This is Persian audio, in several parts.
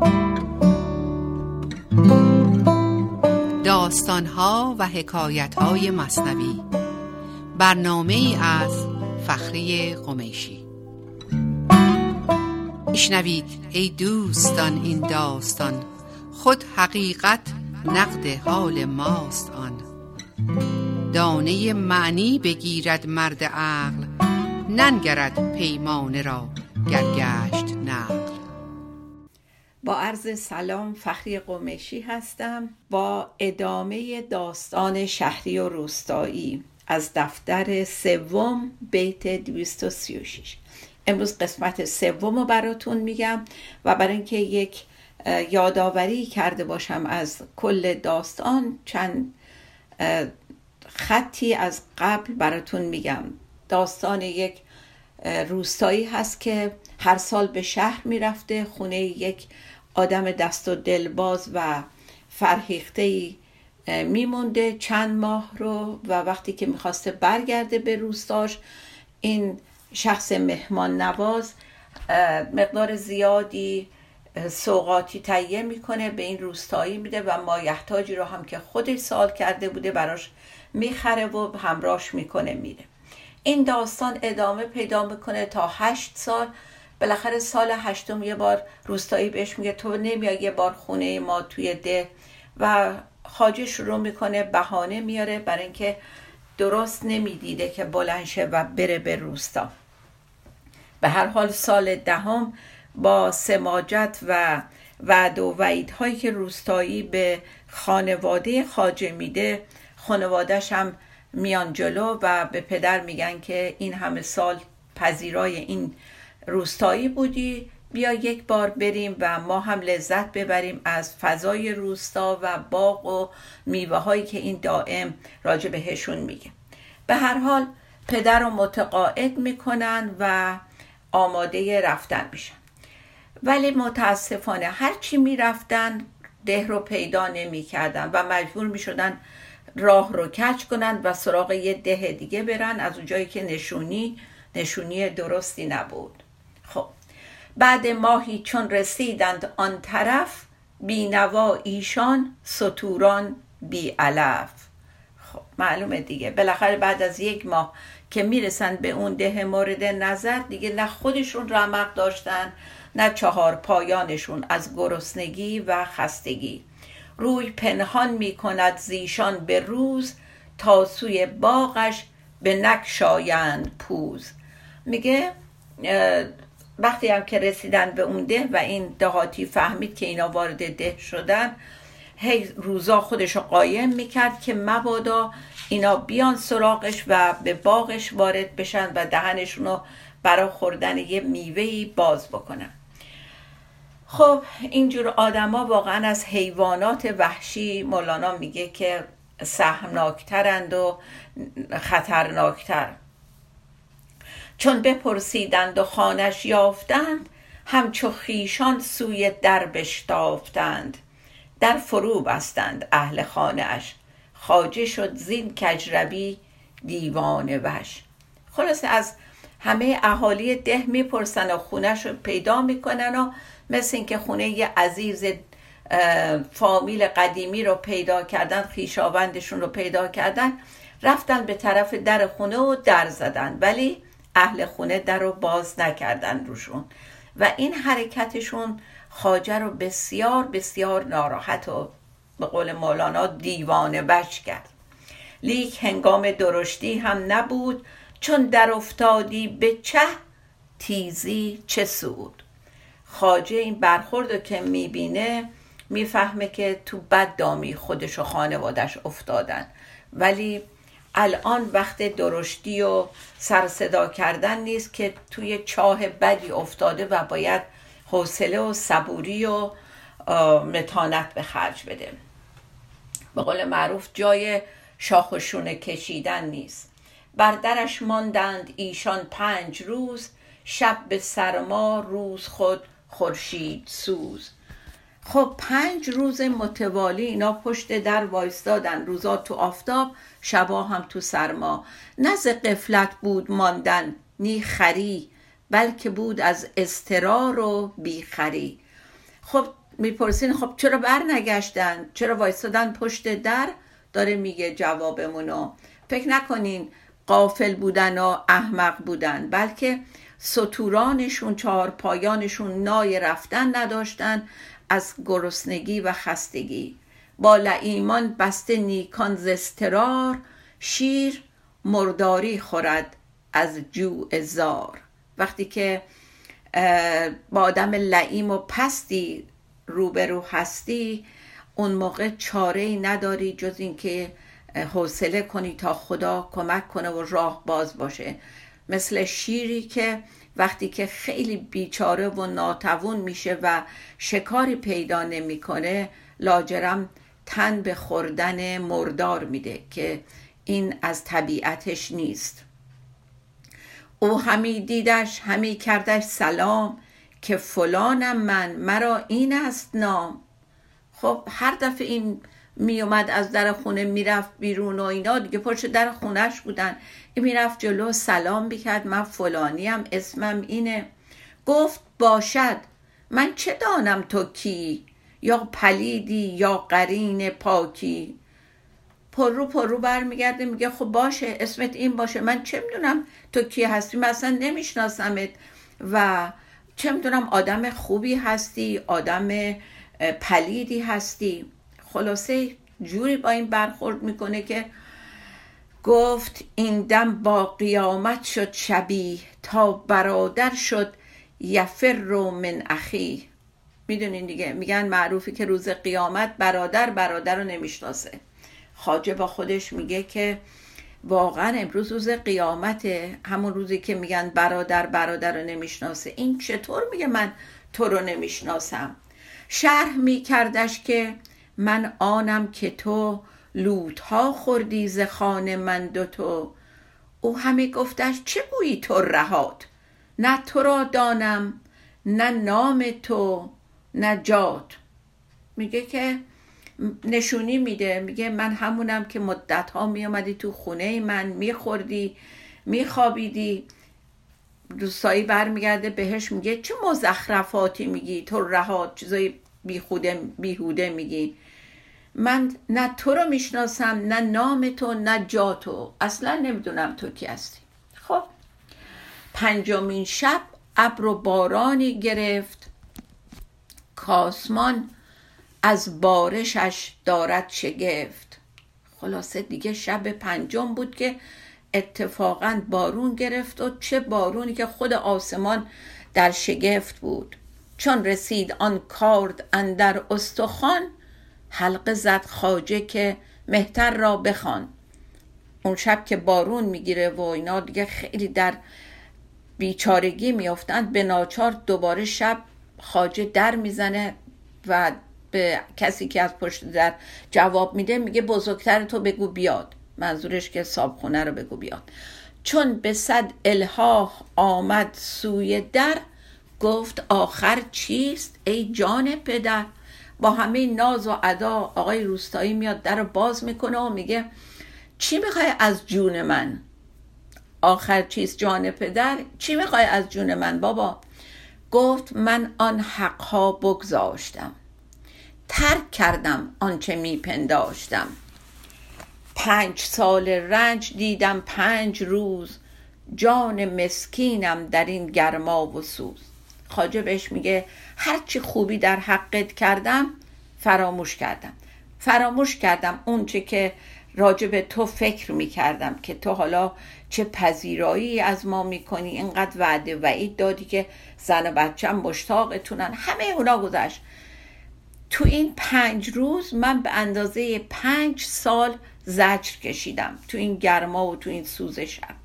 داستان‌ها و حکایت‌های مثنوی، برنامه‌ای از فخری قمیشی. میشنوید ای دوستان این داستان، خود حقیقت نقد حال ماست آن. دانه معنی بگیرد مرد عقل، ننگرد پیمانه را گر گشت نقل. با عرض سلام، فخری قمیشی هستم با ادامه داستان شهری و روستایی از دفتر سوم بیت 236. امروز قسمت سوم رو براتون میگم و برای اینکه یک یادآوری کرده باشم از کل داستان چند خطی از قبل براتون میگم. داستان یک روستایی هست که هر سال به شهر میرفته، خونه یک آدم دست و دلباز و فرهیخته‌ای میمونده چند ماه رو، و وقتی که میخواسته برگرده به روستاش، این شخص مهمان نواز مقدار زیادی سوغاتی تهیه میکنه، به این روستایی میده و مایحتاجی رو هم که خودش سال کرده بوده براش میخره و همراهش میکنه میره. این داستان ادامه پیدا میکنه تا 8 سال. بالاخره سال 8 یه بار روستایی بهش میگه تو نمیای یه بار خونه ما توی ده، و خواجه شروع میکنه بهانه میاره برای اینکه درست نمیدیده که بلند شه و بره به روستا. به هر حال سال 10 با سماجت و وعد و وعیدهایی که روستایی به خانواده خواجه میده، خانواده‌ش هم میان جلو و به پدر میگن که این همه سال پذیرای این روستایی بودی، بیا یک بار بریم و ما هم لذت ببریم از فضای روستا و باغ و میوه هایی که این دائم راجع بهشون میگه. به هر حال پدر رو متقاعد میکنن و آماده رفتن میشن، ولی متاسفانه هرچی میرفتن ده رو پیدا نمیکردن و مجبور میشدن راه رو کج کنن و سراغ یه ده دیگه برن، از اونجایی که نشونی درستی نبود. خب بعد ماهی چون رسیدند آن طرف، بینوا ایشان ستوران بی علف. خب معلومه دیگه، بالاخره بعد از 1 ماه که میرسن به اون ده مورد نظر، دیگه نه خودشون رمق داشتن نه 4 پایانشون از گرسنگی و خستگی. روی پنهان میکند زیشان به روز، تا سوی باغش به نگشایند پوز. میگه وقتی هم که رسیدن به اون ده و این دهاتی فهمید که اینا وارد ده شدن، هی روزا خودشو قایم میکرد که مبادا اینا بیان سراغش و به باغش وارد بشن و دهنشونو برای خوردن یه میوهی باز بکنن. خب اینجور آدما واقعا از حیوانات وحشی مولانا میگه که سهمناکترند و خطرناکتر. چون بپرسیدند و خانش یافتند، همچو خویشان سوی در بشتافتند. در فرو بستند اهل خانه اش، خواجه شد زین کجروی دیوانه وش. خلاص از همه اهالی ده میپرسن و خونش رو پیدا میکنن و مثل این که خونه یه عزیز فامیل قدیمی رو پیدا کردن، خویشاوندشون رو پیدا کردن، رفتن به طرف در خونه و در زدن، ولی اهل خونه در رو باز نکردن روشون و این حرکتشون خواجه رو بسیار بسیار ناراحت و به قول مولانا دیوانه وش کرد. لیک هنگام درشتی هم نبود، چون در افتادی به چه تیزی چه سود. خواجه این برخوردو که میبینه میفهمه که تو بد دامی خودش و خانوادش افتادن، ولی الان وقت درشتی و سر صدا کردن نیست که توی چاه بدی افتاده و باید حوصله و صبوری و متانت به خرج بده. به قول معروف جای شاخ و شونه کشیدن نیست. بر درش ماندند ایشان 5 روز، شب به سرما روز خود خورشید سوز. خب 5 روز متوالی اینا پشت در وایستادن، روزا تو آفتاب، شبا هم تو سرما. نه ز غفلت بود ماندن نی خری، بلکه بود از اضطرار و بیخری. خب میپرسین خب چرا بر نگشتن، چرا وایستادن پشت در؟ داره میگه جوابمونو، فکر نکنین غافل بودن و احمق بودن، بلکه ستورانشون، چهارپایانشون نای رفتن نداشتن از گرسنگی و خستگی. با لئیمان بسته نیکان ز اضطرار، شیر مرداری خورد از جوع زار. وقتی که با آدم لئیم و پستی روبرو هستی، اون موقع چاره‌ای نداری جز این که حوصله کنی تا خدا کمک کنه و راه باز باشه. مثل شیری که وقتی که خیلی بیچاره و ناتوان میشه و شکاری پیدا نمیکنه، لاجرم تن به خوردن مردار میده که این از طبیعتش نیست. او همی دیدش همی کردش سلام، که فلانم من مرا این است نام. خب هر دفعه این میومد از در خونه میرفت بیرون و اینا، دیگه پشت در خونش بودن، این میرفت جلو سلام میکرد، من فلانیم، اسمم اینه. گفت باشد من چه دانم تو کی، یا پلیدی یا قرین پاکی. پر رو برمیگرده میگه خب باشه، اسمت این باشه، من چه میدونم تو کی هستی، من اصلا نمیشناسمت و چه میدونم آدم خوبی هستی، آدم پلیدی هستی. خلاصه جوری با این برخورد میکنه که گفت این دم با قیامت شد شبیه، تا برادر شد یفر من اخی. میدونین دیگه، میگن معروفی که روز قیامت برادر رو نمیشناسه. خواجه با خودش میگه که واقعا امروز روز قیامته، همون روزی که میگن برادر رو نمیشناسه، این چطور میگه من تو رو نمیشناسم؟ شرح میکردش که من آنم که تو لوتها خوردی ز خوان من دوتو. او همی گفتش چه گویی تو رهات، نه تو را دانم نه نام تو نه جات. میگه که نشونی میده، میگه من همونم که مدتها میامدی تو خونه من، میخوردی میخوابیدی. دوستایی برمیگرده بهش میگه چه مزخرفاتی میگی، تو رهات، چیزای بیهوده میگی. من نه تو رو میشناسم نه نام تو نه جاتو، اصلا نمیدونم تو کی هستی. خب 5مین شب ابر و بارانی گرفت، کاسمان از بارشش دارد شگفت. خلاصه دیگه شب 5 بود که اتفاقا بارون گرفت و چه بارونی که خود آسمان در شگفت بود. چون رسید آن کارد اندر استخوان، حلقه زد خواجه که مهتر را بخوان. اون شب که بارون میگیره و اینا دیگه خیلی در بیچارگی میافتند، به ناچار دوباره شب خواجه در میزنه و به کسی که از پشت در جواب میده میگه بزرگتر تو بگو بیاد، منظورش که صابخونه رو بگو بیاد. چون به 100 الحاح آمد سوی در، گفت آخر چیست ای جان پدر. با همه ناز و ادا آقای روستایی میاد در رو باز میکنه و میگه چی میخوای از جون من؟ آخر چیست جان پدر؟ چی میخوای از جون من بابا؟ گفت من آن حقها بگذاشتم، ترک کردم آنچه میپنداشتم. 5 سال رنج دیدم 5 روز، جان مسکینم در این گرما و سوز. خواجه بهش میگه هرچی خوبی در حقت کردم فراموش کردم اون چه که راجع به تو فکر میکردم که تو حالا چه پذیرایی از ما میکنی، اینقدر وعده وعید دادی که زن و بچه‌م مشتاقتونن، همه اونا گذشت. تو این 5 روز من به اندازه 5 سال زجر کشیدم تو این گرما و تو این سوز شب.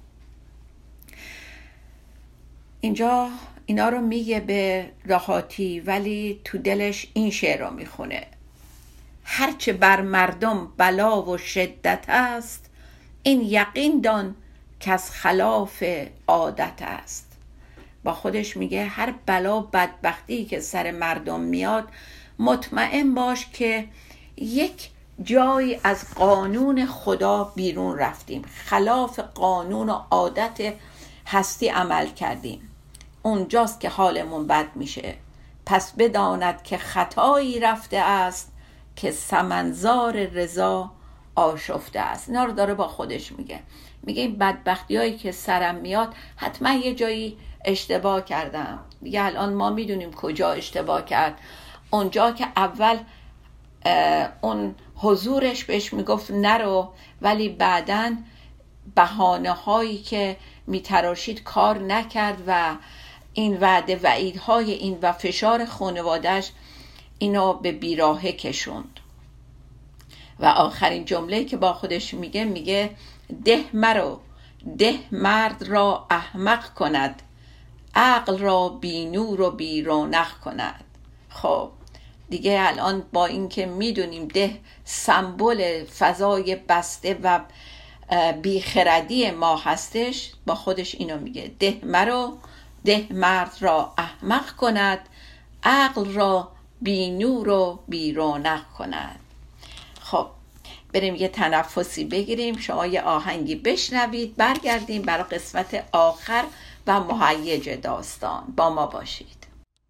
اینجا اینا رو میگه به راحتی، ولی تو دلش این شعر رو میخونه: هرچه بر مردم بلا و شدت است، این یقین دان که از خلاف عادت است. با خودش میگه هر بلا بدبختی که سر مردم میاد، مطمئن باش که یک جایی از قانون خدا بیرون رفتیم، خلاف قانون و عادت هستی عمل کردیم، اونجاست که حالمون بد میشه. پس بداند که خطایی رفته است، که سمنزار رضا آشفته است. اینا رو داره با خودش میگه این بدبختی هایی که سرم میاد حتما یه جایی اشتباه کردم دیگه. الان ما میدونیم کجا اشتباه کرد. اونجا که اول اون حضورش بهش میگفت نرو، ولی بعداً بهانه هایی که میتراشید کار نکرد و این وعده وعیدهای این و فشار خانوادهش اینو به بیراهه کشوند. و آخرین جمله که با خودش میگه ده مرو، ده مرد را احمق کند، عقل را بی نور و بی رونق کند. خب دیگه الان با اینکه میدونیم ده سمبل فضای بسته و بیخردی ما هستش، با خودش اینو میگه ده مرو، ده مرد را احمق کند، عقل را بی نور و بی رونق کند. خب بریم یه تنفسی بگیریم، شما یه آهنگی بشنوید، برگردیم برای قسمت آخر و مهیج داستان. با ما باشید.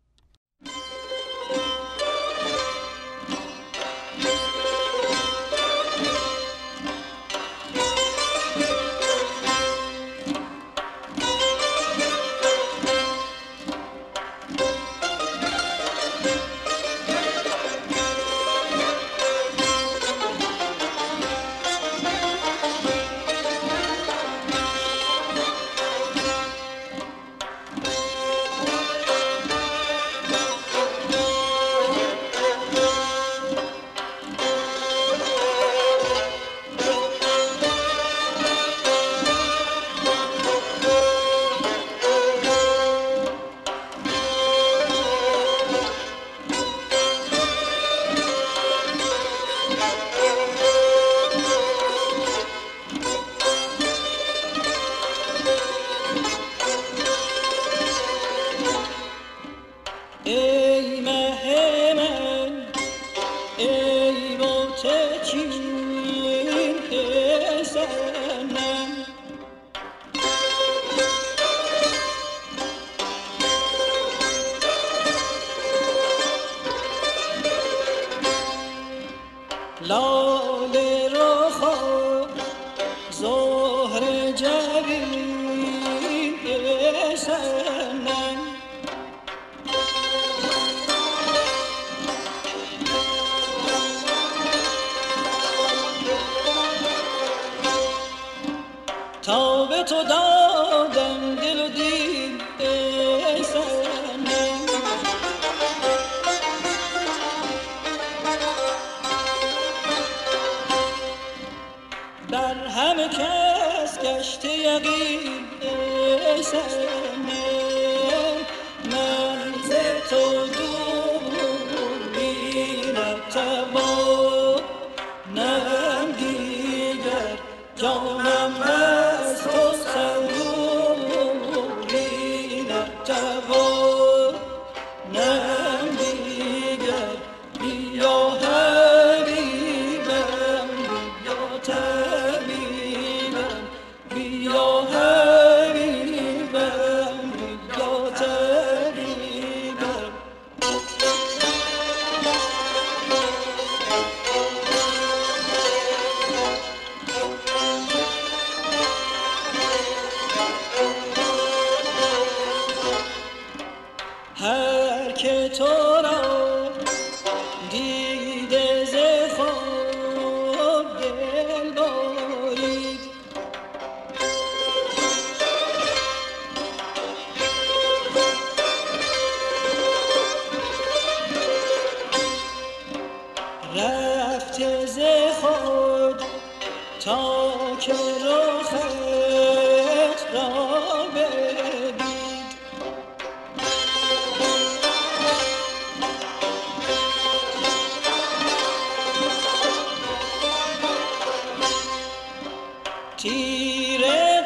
تا به تو دادم دل و دین ای صنم، بر همه کس گشته یقین ای صنم، من ز تو دوری نتوانم دیگر، جانم از تو صبوری نتوانم دیگر. بیا حبیبم، بیا طبیبم، بیا حبیبم، بیا طبیبم. هر که تو را دیده ز خواب دل برید، رفته ز خود تا که رخت را بدید. تیر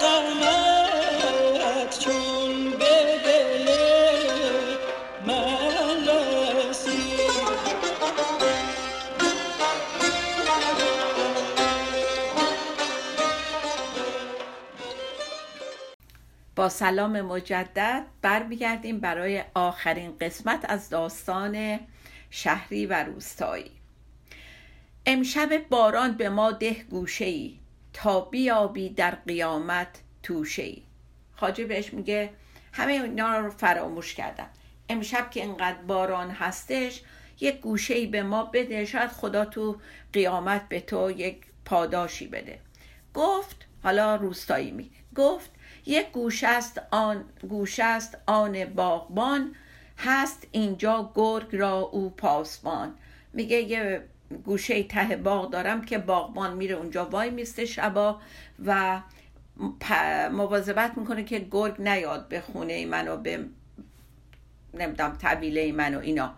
غمت چون به دل من رسید، با سلام مجدد برمیگردیم برای آخرین قسمت از داستان شهری و روستایی. امشب باران به ما ده گوشه‌ای، تا بیابی در قیامت توشه‌ای. خواجه بهش میگه همه اینا رو فراموش کردم، امشب که اینقدر باران هستش یک گوشه‌ای به ما بده، شاید خدا تو قیامت به تو یک پاداشی بده. گفت، حالا روستایی میگه، گفت یک گوشه است آن باغبان، هست اینجا گرگ را او پاسبان. میگه یه گوشه ته باغ دارم که باغبان میره اونجا وای میسته شبا و مواظبت میکنه که گرگ نیاد به خونه من و به نمیدونم طویله من و اینا.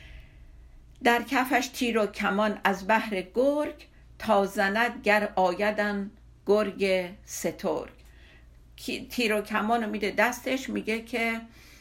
در کفش تیر و کمان از بحر گرگ، تا زند گر آیدن گرگ سترگ. تیر و کمان رو میده دستش، میگه که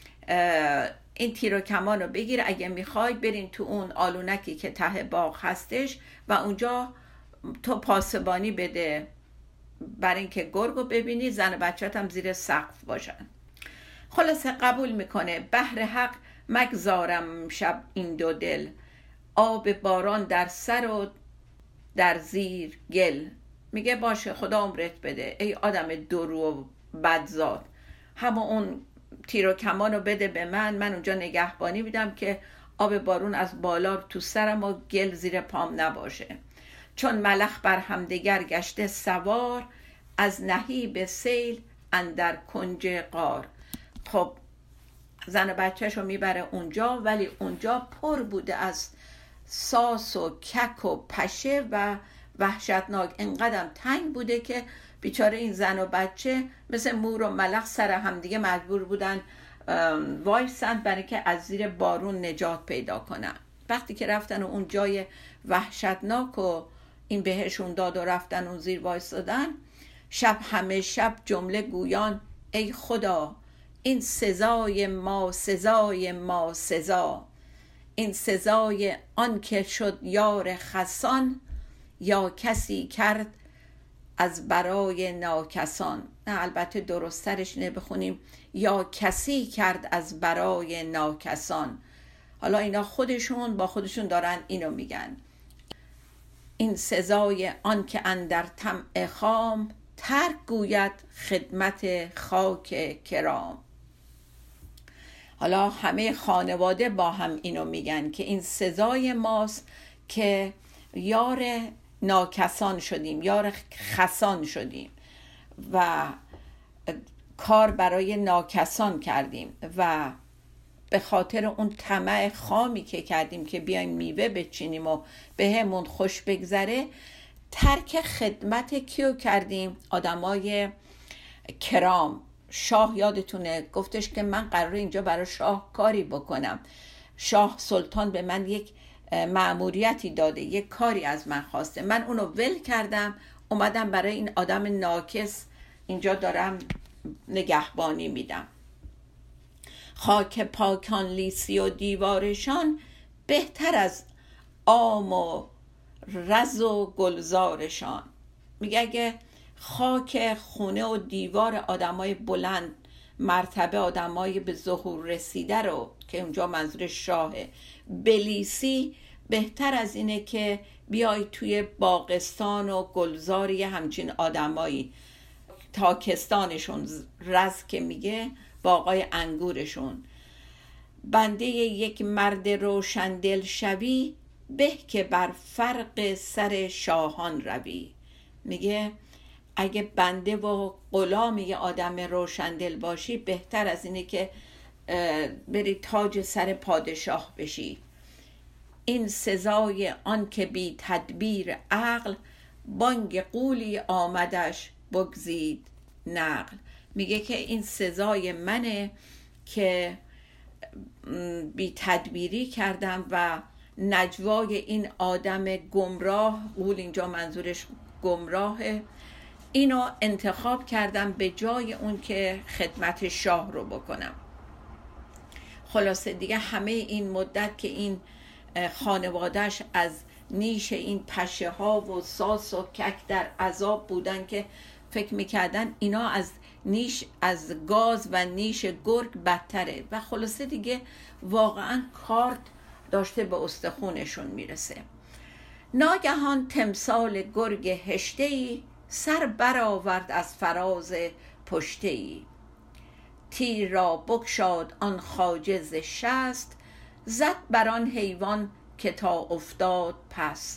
این تیر و کمان رو بگیر، اگه میخوای بریم تو اون آلونکی که ته باغ هستش و اونجا تو پاسبانی بده برای اینکه گرگ رو ببینی، زن و بچه‌ت هم زیر سقف باشن. خلاصه قبول میکنه. بحر حق مگذارم شب این دو دل، آب باران در سر و در زیر گل. میگه باشه خدا عمرت بده ای آدم درو و بدزاد، همه اون تیر و کمان رو بده به من اونجا نگهبانی میدم که آب بارون از بالا تو سرم و گل زیر پام نباشه. چون ملخ بر همدیگر گشته سوار، از نهیب سیل اندر کنج غار. خب زن و بچه‌شو میبره اونجا، ولی اونجا پر بوده از ساس و کک و پشه و وحشتناک. اینقدر تنگ بوده که بیچاره این زن و بچه مثل مور و ملخ سر همدیگه مجبور بودن وایسند برای که از زیر بارون نجات پیدا کنن. وقتی که رفتن و اون جای وحشتناک و این بهشون داد و رفتن اون زیر وایسادن، شب همه شب جمله گویان ای خدا، این سزای ما سزای ما سزا، این سزای آن که شد یار خسان، یا کسی کرد از برای ناکسان. نه البته درسترش اینه بخونیم یا کسی کرد از برای ناکسان. حالا اینا خودشون با خودشون دارن اینو میگن. این سزای آن که اندر طمع خام، ترک گوید خدمت خاک کرام. حالا همه خانواده با هم اینو میگن که این سزای ماست که یار ناکسان شدیم، یار خسان شدیم و کار برای ناکسان کردیم و به خاطر اون طمع خامی که کردیم که بیایم میوه بچینیم و به همون خوش بگذره، ترک خدمت کیو کردیم؟ آدمای کرام. شاه یادتونه گفتش که من قراره اینجا برای شاه کاری بکنم، شاه سلطان به من یک مأموریتی داده، یک کاری از من خواسته، من اونو ول کردم اومدم برای این آدم ناکس اینجا دارم نگهبانی میدم. خاک پاکان لیسی و دیوارشان، بهتر از عام و رز و گلزارشان. میگه اگه خاک خونه و دیوار آدمای بلند مرتبه، آدمای به ظهور رسیده رو که اونجا منظور شاهه بلیسی، بهتر از اینه که بیای توی باغستان و گلزاری همچین آدمایی، تاکستانشون رز که میگه باغای انگورشون. بنده یک مرد روشندل شوی، به که بر فرق سر شاهان روی. میگه اگه بنده و غلام یه آدم روشندل باشی، بهتر از اینه که بری تاج سر پادشاه بشی. این سزای آن که بی تدبیر عقل، بانگ قولی آمدش بگزید نقل. میگه که این سزای منه که بی تدبیری کردم و نجوای این آدم گمراه، قول اینجا منظورش گمراهه، اینو انتخاب کردم به جای اون که خدمت شاه رو بکنم. خلاصه دیگه همه این مدت که این خانوادهش از نیش این پشه ها و ساس و کک در عذاب بودن که فکر میکردن اینا از نیش از گاز و نیش گرگ بدتره و خلاصه دیگه واقعا کارت داشته به استخونشون میرسه. ناگهان تمثال گرگ هشته‌ای سر برآورد از فراز پشته‌ای. تیر را بگشاد آن خواجه ز شست، زد بر آن حیوان که تا افتاد پس.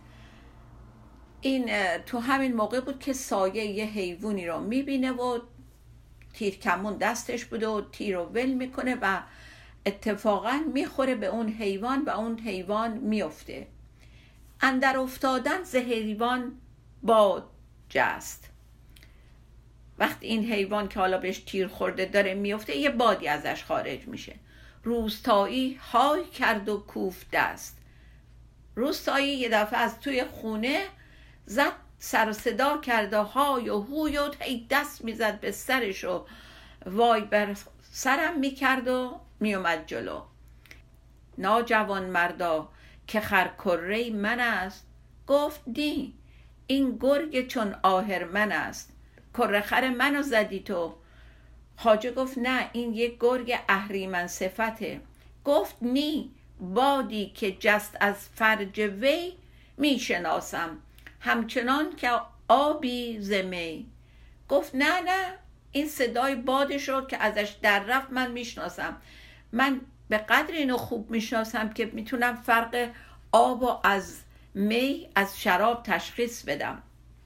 این تو همین موقع بود که سایه یه حیوانی رو میبینه و تیر کمون دستش بوده و تیر رو ول میکنه و اتفاقا میخوره به اون حیوان و اون حیوان میفته. اندر افتادن ز حیوان باد جست. وقتی این حیوان که حالا بهش تیر خورده داره میفته، یه بادی ازش خارج میشه. روستایی های کرد و کوفت دست. روستایی یه دفعه از توی خونه زد، سر و صدا کرد و های و هوی و هی دست میزد به سرش و وای بر سرم میکرد و میومد جلو. ناجوان مردا که خرکره من است، گفت دی این گرگ چون آهرمن است. کره خر منو زدی تو. خواجه گفت نه، این یک گرگ اهریمن صفته. گفت نی، بادی که جست از فرج وی میشناسم، همچنان که آبی ز می. گفت نه نه، این صدای بادش رو که ازش در رفت من میشناسم. من به قدر اینو خوب میشناسم که میتونم فرق آب و از می از شراب تشخیص بدم.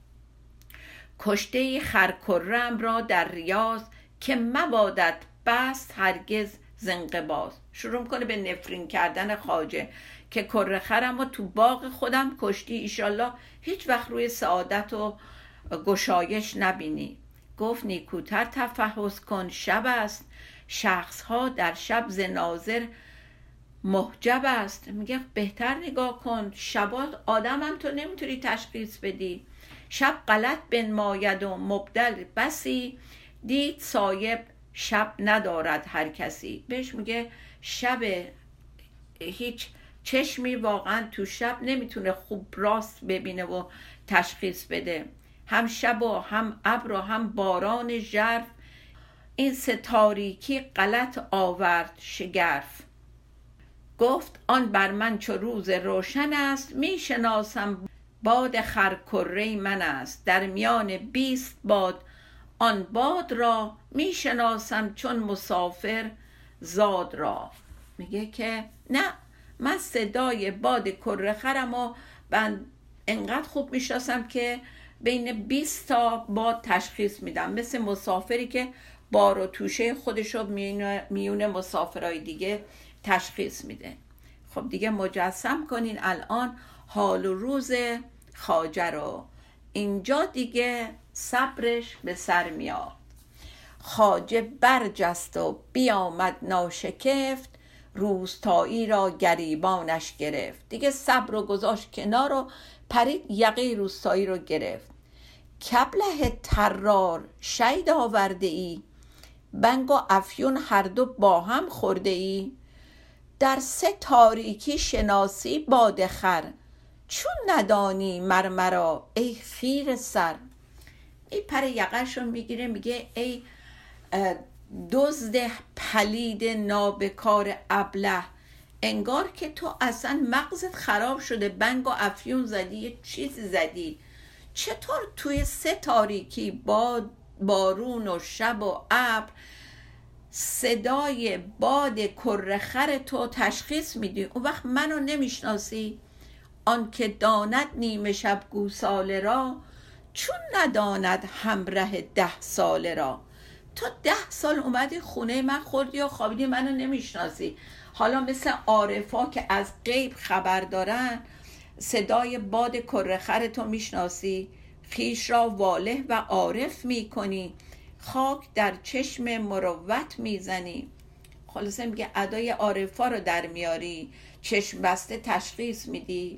کشته خرکرم را در ریاض، که مبادت بست هرگز زنقباز. شروع میکنه به نفرین کردن خواجه که کره خرم رو تو باغ خودم کشتی، ایشالله هیچ وقت روی سعادت و گشایش نبینی. گفت نیکوتر تفحص کن، شب است، شخص ها در شب ز ناظر محجب است. میگه بهتر نگاه کن، شبات آدم هم تو نمیتونی تشخیص بدی. شب غلط بنماید و مبدل بسی، دید صایب شب ندارد هر کسی. بهش میگه شب هیچ چشمی واقعا تو شب نمیتونه خوب راست ببینه و تشخیص بده. هم شب و هم ابر و هم باران ژرف، این سه تاریکی غلط آورد شگرف. گفت آن بر من چو روز روشن است، میشناسم باد خرکره من است. در میان 20 باد آن باد را، میشناسم چون مسافر زاد را. میگه که نه، من صدای باد کره خرم و من انقدر خوب میشناسم که بین 20 تا باد تشخیص میدم، مثل مسافری که بار و توشه خودش رو میون مسافرهای دیگه تشخیص میده. خب دیگه مجسم کنین الان حال و روز خواجه رو. اینجا دیگه صبرش به سر میاد. خواجه برجست و بیامد ناشکفت، روستایی را گریبانش گرفت. دیگه صبر رو گذاشت کنار و پرید یقه روستایی رو گرفت. کبله ترار شید آورده ای، بنگ و افیون هر دو با هم خورده ای. در 3 تاریکی شناسی باد خر، چون ندانی مرمرا ای خیر سر. این پر یقه‌شو میگیره، میگه ای دزد پلید نابکار ابله، انگار که تو اصلا مغزت خراب شده، بنگ و افیون زدی، یه چیز زدی. چطور توی 3 تاریکی بارون و شب و ابر صدای باد کره خر تو تشخیص میدی؟ اون وقت منو نمیشناسی؟ آن که داند نیمه شب گوساله را، چون نداند همراه 10 ساله را. تو 10 سال اومدی خونه من خوردی و خوابیدی، منو نمیشناسی. حالا مثل عارفا که از غیب خبر دارن، صدای باد کره خر تو میشناسی، خیش را واله و عارف میکنی، خاک در چشم مروت میزنی. خلاصه میگه ادای عارفا رو در میاری، چشم بسته تشخیص میدی.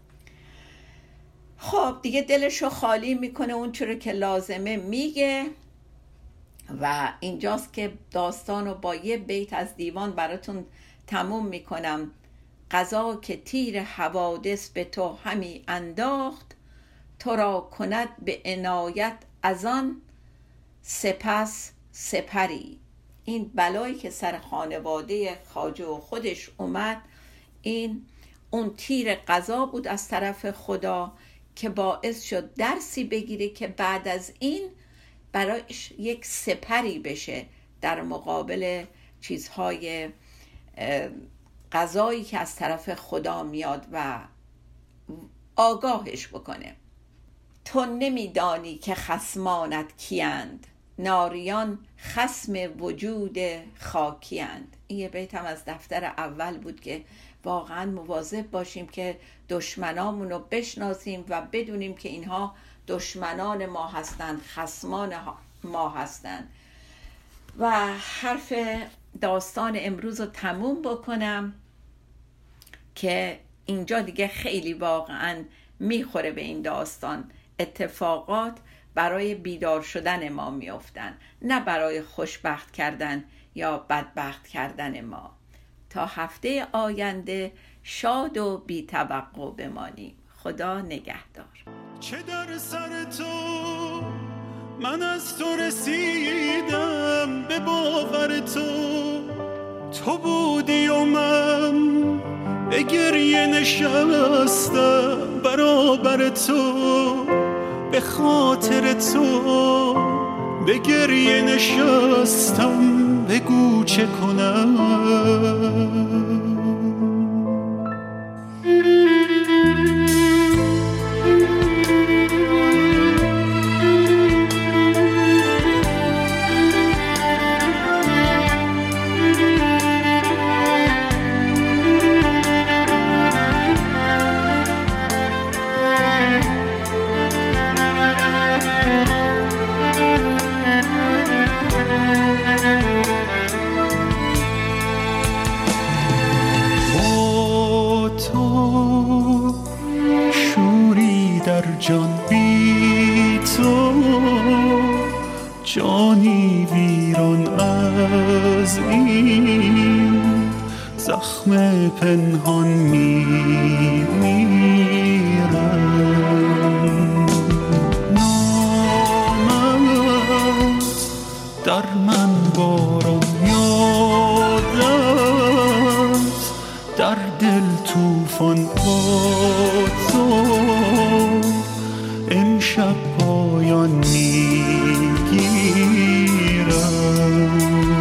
خب دیگه دلشو خالی میکنه، اون چرا که لازمه میگه و اینجاست که داستانو با یه بیت از دیوان براتون تموم میکنم. قضا که تیر حوادث به تو همی انداخت، تو را کند به عنایت از آن سپس سپری. این بلایی که سر خانواده خواجه و خودش اومد، این اون تیر قضا بود از طرف خدا که باعث شد درسی بگیره که بعد از این برایش یک سپری بشه در مقابل چیزهای قضایی که از طرف خدا میاد و آگاهش بکنه. تو نمیدانی که خصمانت کیند، ناریان خصم وجود خاکیند. این یه بیت هم از دفتر اول بود که واقعا مواظب باشیم که دشمنامون رو بشناسیم و بدونیم که اینها دشمنان ما هستند، خصمان ما هستند. و حرف داستان امروز رو تموم بکنم که اینجا دیگه خیلی واقعا میخوره به این داستان. اتفاقات برای بیدار شدن ما میافتن، نه برای خوشبخت کردن یا بدبخت کردن ما. تا هفته آینده شاد و بی توقع بمانیم. خدا نگهدار. چه در سر تو من از تو رسیدم، به باور تو بودی و من به گریه نشستم برابر تو، به خاطر تو به گریه نشستم، بگو چه کنم. جان بی تو جانی ویران از این زخم پنهان میمیرم. نامت در من باران یادت، در دل توفان با تو امشب پایان میگیرم.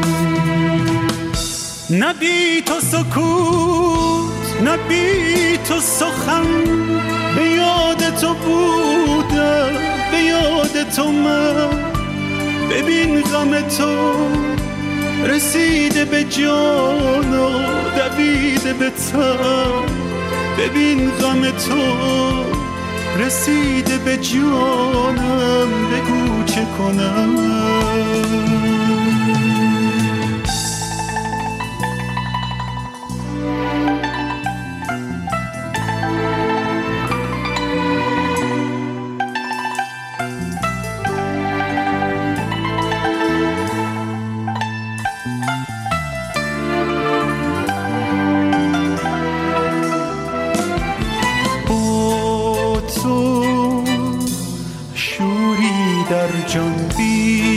نه بی تو سکوت، نه بی تو سخن، به یاد تو بودم، به یاد تو من. ببین غم تو رسیده به جان و دویده به تن، ببین غم تو رسیده به جانم، بگو چه کنم. جان بی